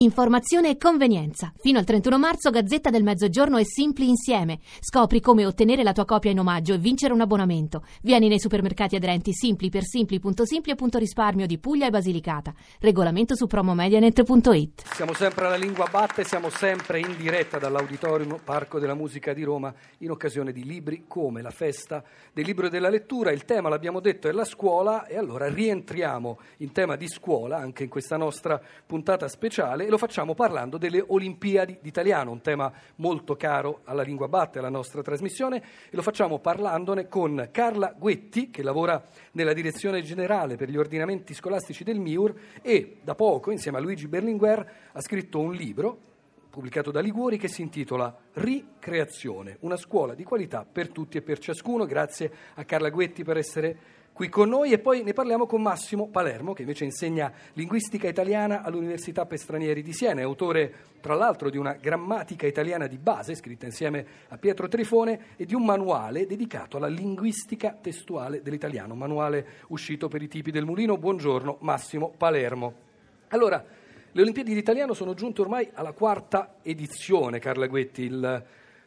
Informazione e convenienza. Fino al 31 marzo Gazzetta del Mezzogiorno e Simpli insieme. Scopri come ottenere la tua copia in omaggio e vincere un abbonamento. Vieni nei supermercati aderenti Simpli per simpli.simpli e punto risparmio di Puglia e Basilicata. Regolamento su promomedianet.it. Siamo sempre alla Lingua Batte, siamo sempre in diretta dall'Auditorium Parco della Musica di Roma in occasione di Libri come la festa del libro e della lettura. Il tema, l'abbiamo detto, è la scuola e allora rientriamo in tema di scuola anche in questa nostra puntata speciale. Lo facciamo parlando delle Olimpiadi d'italiano, un tema molto caro alla Lingua Batte, alla nostra trasmissione, e lo facciamo parlandone con Carla Guetti, che lavora nella direzione generale per gli ordinamenti scolastici del MIUR e da poco, insieme a Luigi Berlinguer, ha scritto un libro pubblicato da Liguori che si intitola Ricreazione, una scuola di qualità per tutti e per ciascuno. Grazie a Carla Guetti per essere qui con noi, e poi ne parliamo con Massimo Palermo, che invece insegna linguistica italiana all'Università per Stranieri di Siena, è autore tra l'altro di una grammatica italiana di base scritta insieme a Pietro Trifone e di un manuale dedicato alla linguistica testuale dell'italiano, un manuale uscito per i tipi del Mulino. Buongiorno Massimo Palermo. Allora, le Olimpiadi d'italiano sono giunte ormai alla 4ª edizione, Carla Guetti.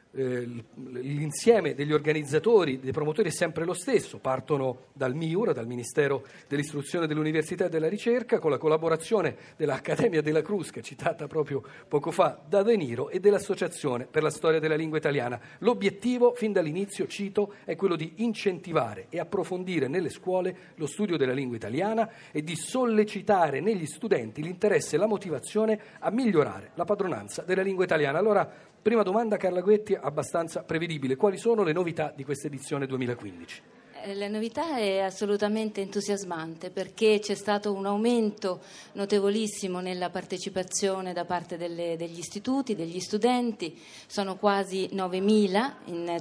L'insieme degli organizzatori, dei promotori è sempre lo stesso, partono dal MIUR, dal Ministero dell'Istruzione, dell'Università e della Ricerca, con la collaborazione dell'Accademia della Crusca, citata proprio poco fa da De Niro, e dell'Associazione per la Storia della Lingua Italiana. L'obiettivo, fin dall'inizio, cito, è quello di incentivare e approfondire nelle scuole lo studio della lingua italiana e di sollecitare negli studenti l'interesse e la motivazione a migliorare la padronanza della lingua italiana. Allora, prima domanda, Carla Guetti, abbastanza prevedibile. Quali sono le novità di questa edizione 2015? La novità è assolutamente entusiasmante, perché c'è stato un aumento notevolissimo nella partecipazione da parte degli istituti, degli studenti. Sono quasi 9.000 in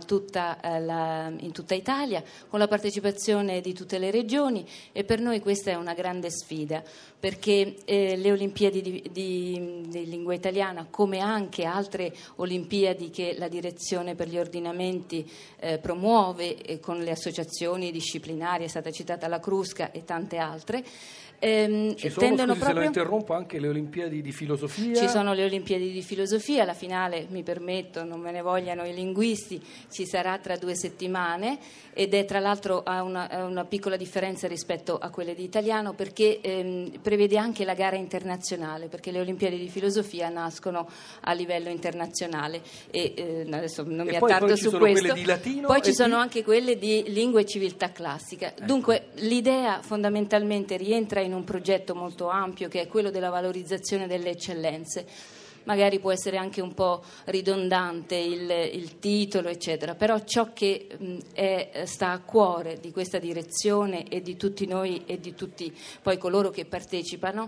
tutta Italia, con la partecipazione di tutte le regioni, e per noi questa è una grande sfida, perché le Olimpiadi di lingua italiana, come anche altre Olimpiadi che la direzione per gli ordinamenti promuove con le associazioni disciplinari, è stata citata la Crusca e tante altre, ci sono, scusi se lo interrompo, anche le Olimpiadi di filosofia? Ci sono le Olimpiadi di filosofia, la finale, mi permetto, non me ne vogliano i linguisti, ci sarà tra 2 settimane, ed è tra l'altro ha una piccola differenza rispetto a quelle di italiano, perché prevede anche la gara internazionale, perché le Olimpiadi di filosofia nascono a livello internazionale, e adesso non mi attardo su questo. Poi ci sono quelle di latino, poi ci sono anche quelle di lingua e civiltà classica. Ecco. Dunque l'idea fondamentalmente rientra in un progetto molto ampio, che è quello della valorizzazione delle eccellenze. Magari può essere anche un po' ridondante il titolo, eccetera, però ciò che sta a cuore di questa direzione e di tutti noi e di tutti poi coloro che partecipano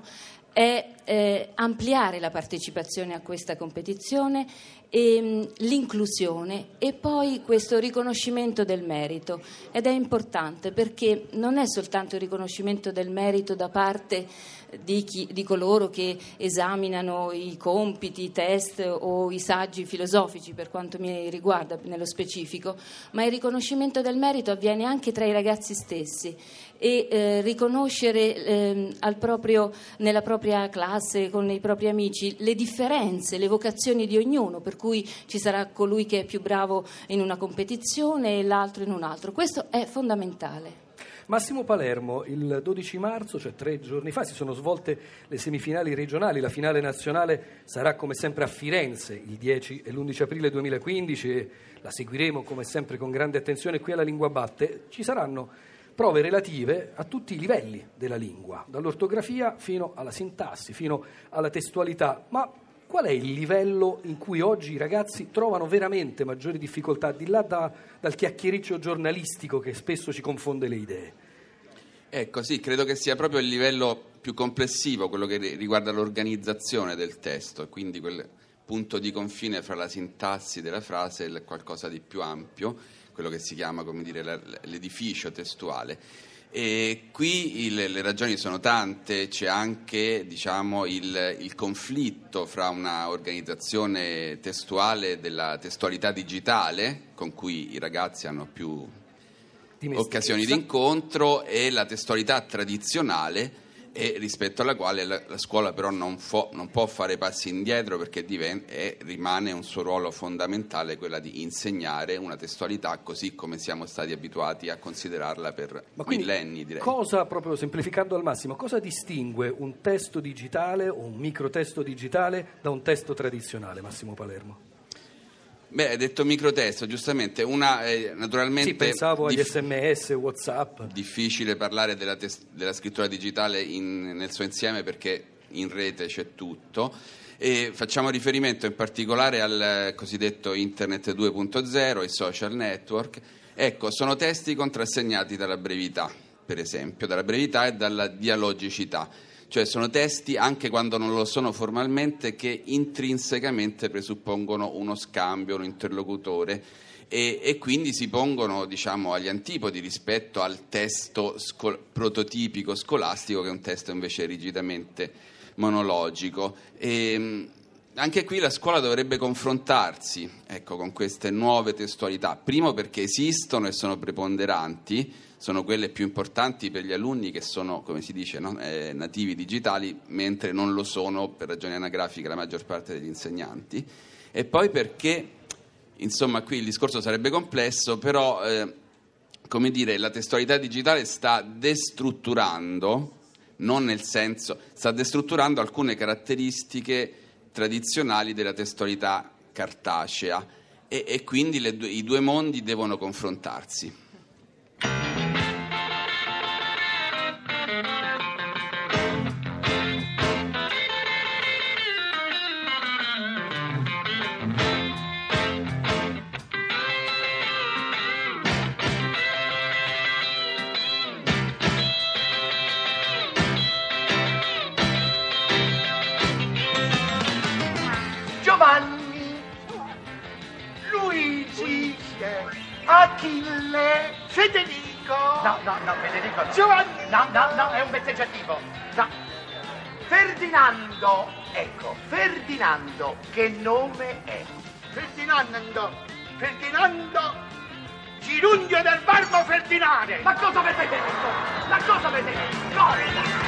è ampliare la partecipazione a questa competizione e l'inclusione, e poi questo riconoscimento del merito. Ed è importante, perché non è soltanto il riconoscimento del merito da parte di coloro che esaminano i compiti, i test o i saggi filosofici, per quanto mi riguarda nello specifico, ma il riconoscimento del merito avviene anche tra i ragazzi stessi, e riconoscere nella propria classe, con i propri amici, le differenze, le vocazioni di ognuno, per cui ci sarà colui che è più bravo in una competizione e l'altro in un altro. Questo è fondamentale. Massimo Palermo, il 12 marzo, cioè 3 giorni fa, si sono svolte le semifinali regionali. La finale nazionale sarà come sempre a Firenze il 10 e l'11 aprile 2015 e la seguiremo come sempre con grande attenzione qui alla Lingua Batte. Ci saranno prove relative a tutti i livelli della lingua, dall'ortografia fino alla sintassi, fino alla testualità. Ma qual è il livello in cui oggi i ragazzi trovano veramente maggiori difficoltà, di là dal chiacchiericcio giornalistico che spesso ci confonde le idee? Ecco, sì, credo che sia proprio il livello più complessivo, quello che riguarda l'organizzazione del testo, e quindi quel punto di confine fra la sintassi della frase e qualcosa di più ampio, quello che si chiama, come dire, l'edificio testuale. E qui le ragioni sono tante. C'è anche, diciamo, il conflitto fra una organizzazione testuale della testualità digitale, con cui i ragazzi hanno più occasioni di incontro, e la testualità tradizionale e rispetto alla quale la scuola però non può fare passi indietro, perché rimane un suo ruolo fondamentale, quella di insegnare una testualità così come siamo stati abituati a considerarla per millenni, direi. Cosa, proprio semplificando al massimo, cosa distingue un testo digitale o un microtesto digitale da un testo tradizionale, Massimo Palermo? Beh, hai detto microtesto, giustamente. Naturalmente. Sì, pensavo agli SMS, WhatsApp. Difficile parlare della scrittura digitale nel suo insieme, perché in rete c'è tutto. E facciamo riferimento in particolare al cosiddetto Internet 2.0, i social network. Ecco, sono testi contrassegnati dalla brevità, per esempio, dalla brevità e dalla dialogicità. Cioè sono testi, anche quando non lo sono formalmente, che intrinsecamente presuppongono uno scambio, un interlocutore, e quindi si pongono, diciamo, agli antipodi rispetto al testo prototipico scolastico, che è un testo invece rigidamente monologico. Anche qui la scuola dovrebbe confrontarsi, ecco, con queste nuove testualità, primo perché esistono e sono preponderanti, sono quelle più importanti per gli alunni che sono, come si dice, no? Nativi digitali, mentre non lo sono, per ragioni anagrafiche, la maggior parte degli insegnanti, e poi perché, insomma, qui il discorso sarebbe complesso, però come dire, la testualità digitale sta destrutturando, non nel senso, sta destrutturando alcune caratteristiche tradizionali della testualità cartacea, e quindi i due mondi devono confrontarsi. Giovanni, Luigi, Achille, Federico. No, Federico no. Giovanni. No, è un vezzeggiativo. No. Ferdinando, ecco, Ferdinando, che nome è? Ferdinando, Girundio del verbo Ferdinare. Ma cosa avete detto? Cosa?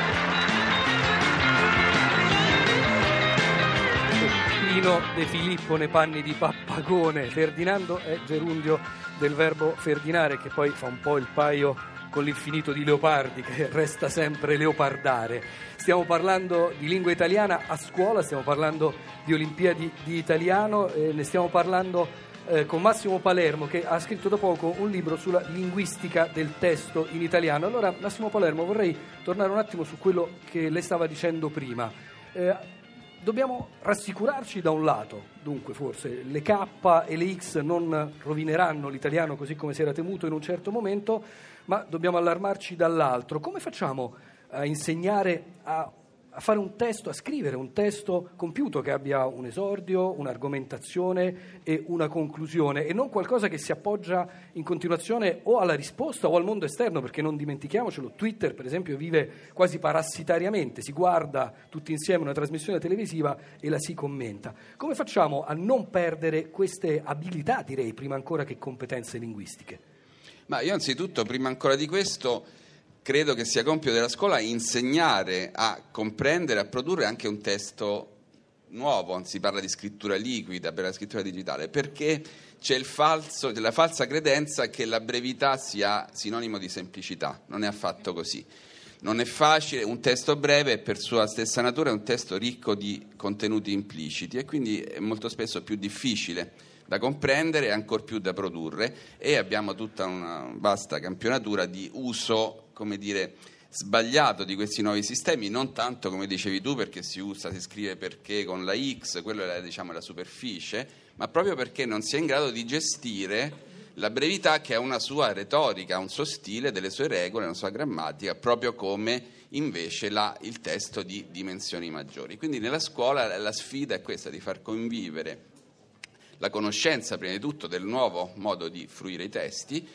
Pino De Filippo nei panni di Pappagone. Ferdinando è gerundio del verbo ferdinare, che poi fa un po' il paio con l'infinito di Leopardi, che resta sempre leopardare. Stiamo parlando di lingua italiana a scuola, stiamo parlando di Olimpiadi di italiano, ne stiamo parlando con Massimo Palermo, che ha scritto da poco un libro sulla linguistica del testo in italiano. Allora, Massimo Palermo, vorrei tornare un attimo su quello che lei stava dicendo prima. Dobbiamo rassicurarci da un lato, dunque forse le K e le X non rovineranno l'italiano così come si era temuto in un certo momento, ma dobbiamo allarmarci dall'altro. Come facciamo a insegnare a fare un testo, a scrivere un testo compiuto che abbia un esordio, un'argomentazione e una conclusione, e non qualcosa che si appoggia in continuazione o alla risposta o al mondo esterno, perché non dimentichiamocelo, Twitter per esempio vive quasi parassitariamente, si guarda tutti insieme una trasmissione televisiva e la si commenta. Come facciamo a non perdere queste abilità, direi, prima ancora che competenze linguistiche? Ma io anzitutto, prima ancora di questo, credo che sia compito della scuola insegnare a comprendere, a produrre anche un testo nuovo. Si parla di scrittura liquida per la scrittura digitale, perché c'è la falsa credenza che la brevità sia sinonimo di semplicità. Non è affatto così. Non è facile, un testo breve per sua stessa natura è un testo ricco di contenuti impliciti, e quindi è molto spesso più difficile da comprendere e ancor più da produrre, e abbiamo tutta una vasta campionatura di uso, come dire, sbagliato di questi nuovi sistemi, non tanto come dicevi tu perché si scrive perché con la X, quello è la superficie, ma proprio perché non si è in grado di gestire la brevità, che ha una sua retorica, un suo stile, delle sue regole, una sua grammatica, proprio come invece il testo di dimensioni maggiori. Quindi nella scuola la sfida è questa, di far convivere la conoscenza prima di tutto del nuovo modo di fruire i testi,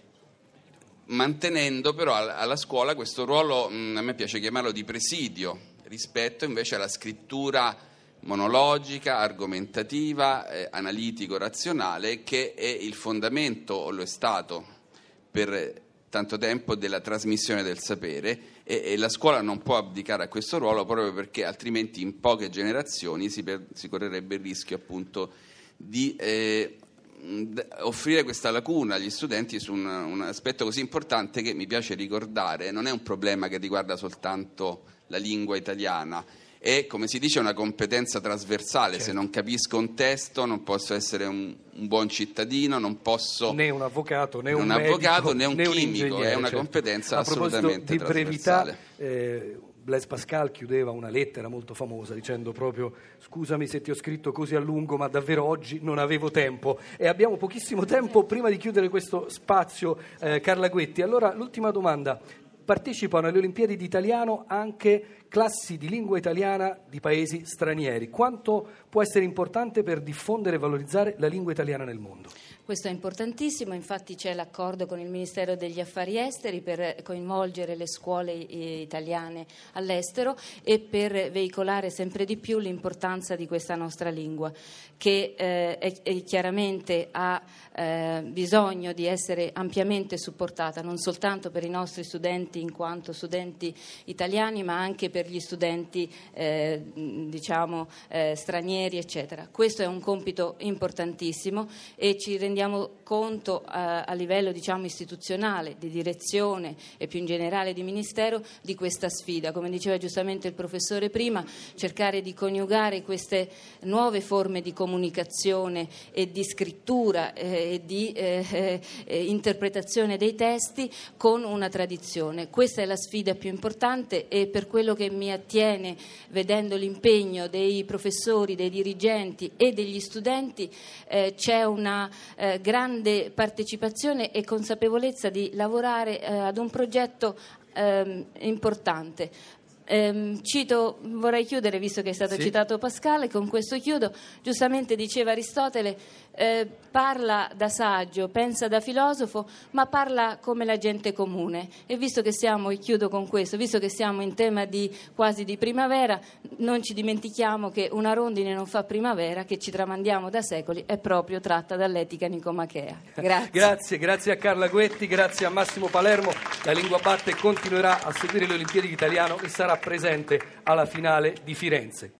mantenendo però alla scuola questo ruolo, a me piace chiamarlo di presidio, rispetto invece alla scrittura monologica, argomentativa, analitico-razionale, che è il fondamento, o lo è stato, per tanto tempo, della trasmissione del sapere, e la scuola non può abdicare a questo ruolo, proprio perché altrimenti in poche generazioni si correrebbe il rischio appunto di offrire questa lacuna agli studenti su un aspetto così importante, che mi piace ricordare non è un problema che riguarda soltanto la lingua italiana. È, come si dice, una competenza trasversale. Certo. Se non capisco un testo non posso essere un buon cittadino, non posso né un avvocato né un avvocato medico, né un chimico, ingegnere, è una certo. competenza A assolutamente proposito di trasversale. brevità, Blaise Pascal chiudeva una lettera molto famosa dicendo proprio: scusami se ti ho scritto così a lungo, ma davvero oggi non avevo tempo. E abbiamo pochissimo tempo prima di chiudere questo spazio, Carla Guetti. Allora, l'ultima domanda: partecipano alle Olimpiadi di italiano anche classi di lingua italiana di paesi stranieri. Quanto può essere importante per diffondere e valorizzare la lingua italiana nel mondo? Questo è importantissimo, infatti c'è l'accordo con il Ministero degli Affari Esteri per coinvolgere le scuole italiane all'estero e per veicolare sempre di più l'importanza di questa nostra lingua, che chiaramente ha bisogno di essere ampiamente supportata, non soltanto per i nostri studenti in quanto studenti italiani, ma anche per gli studenti stranieri, eccetera. Questo è un compito importantissimo e ci rendiamo conto a livello istituzionale, di direzione e più in generale di Ministero di questa sfida. Come diceva giustamente il professore prima, cercare di coniugare queste nuove forme di comunicazione e di scrittura e di interpretazione dei testi con una tradizione. Questa è la sfida più importante e per quello che mi attiene, vedendo l'impegno dei professori, dei dirigenti e degli studenti, c'è una grande partecipazione e consapevolezza di lavorare ad un progetto importante. Vorrei chiudere, visto che è stato citato Pascal, e con questo chiudo. Giustamente diceva Aristotele, parla da saggio, pensa da filosofo, ma parla come la gente comune. E visto che siamo, e chiudo con questo, visto che siamo in tema quasi di primavera, non ci dimentichiamo che una rondine non fa primavera, che ci tramandiamo da secoli, è proprio tratta dall'etica nicomachea. Grazie a Carla Guetti, grazie a Massimo Palermo. La Lingua Batte continuerà a seguire le Olimpiadi di italiano e sarà presente alla finale di Firenze.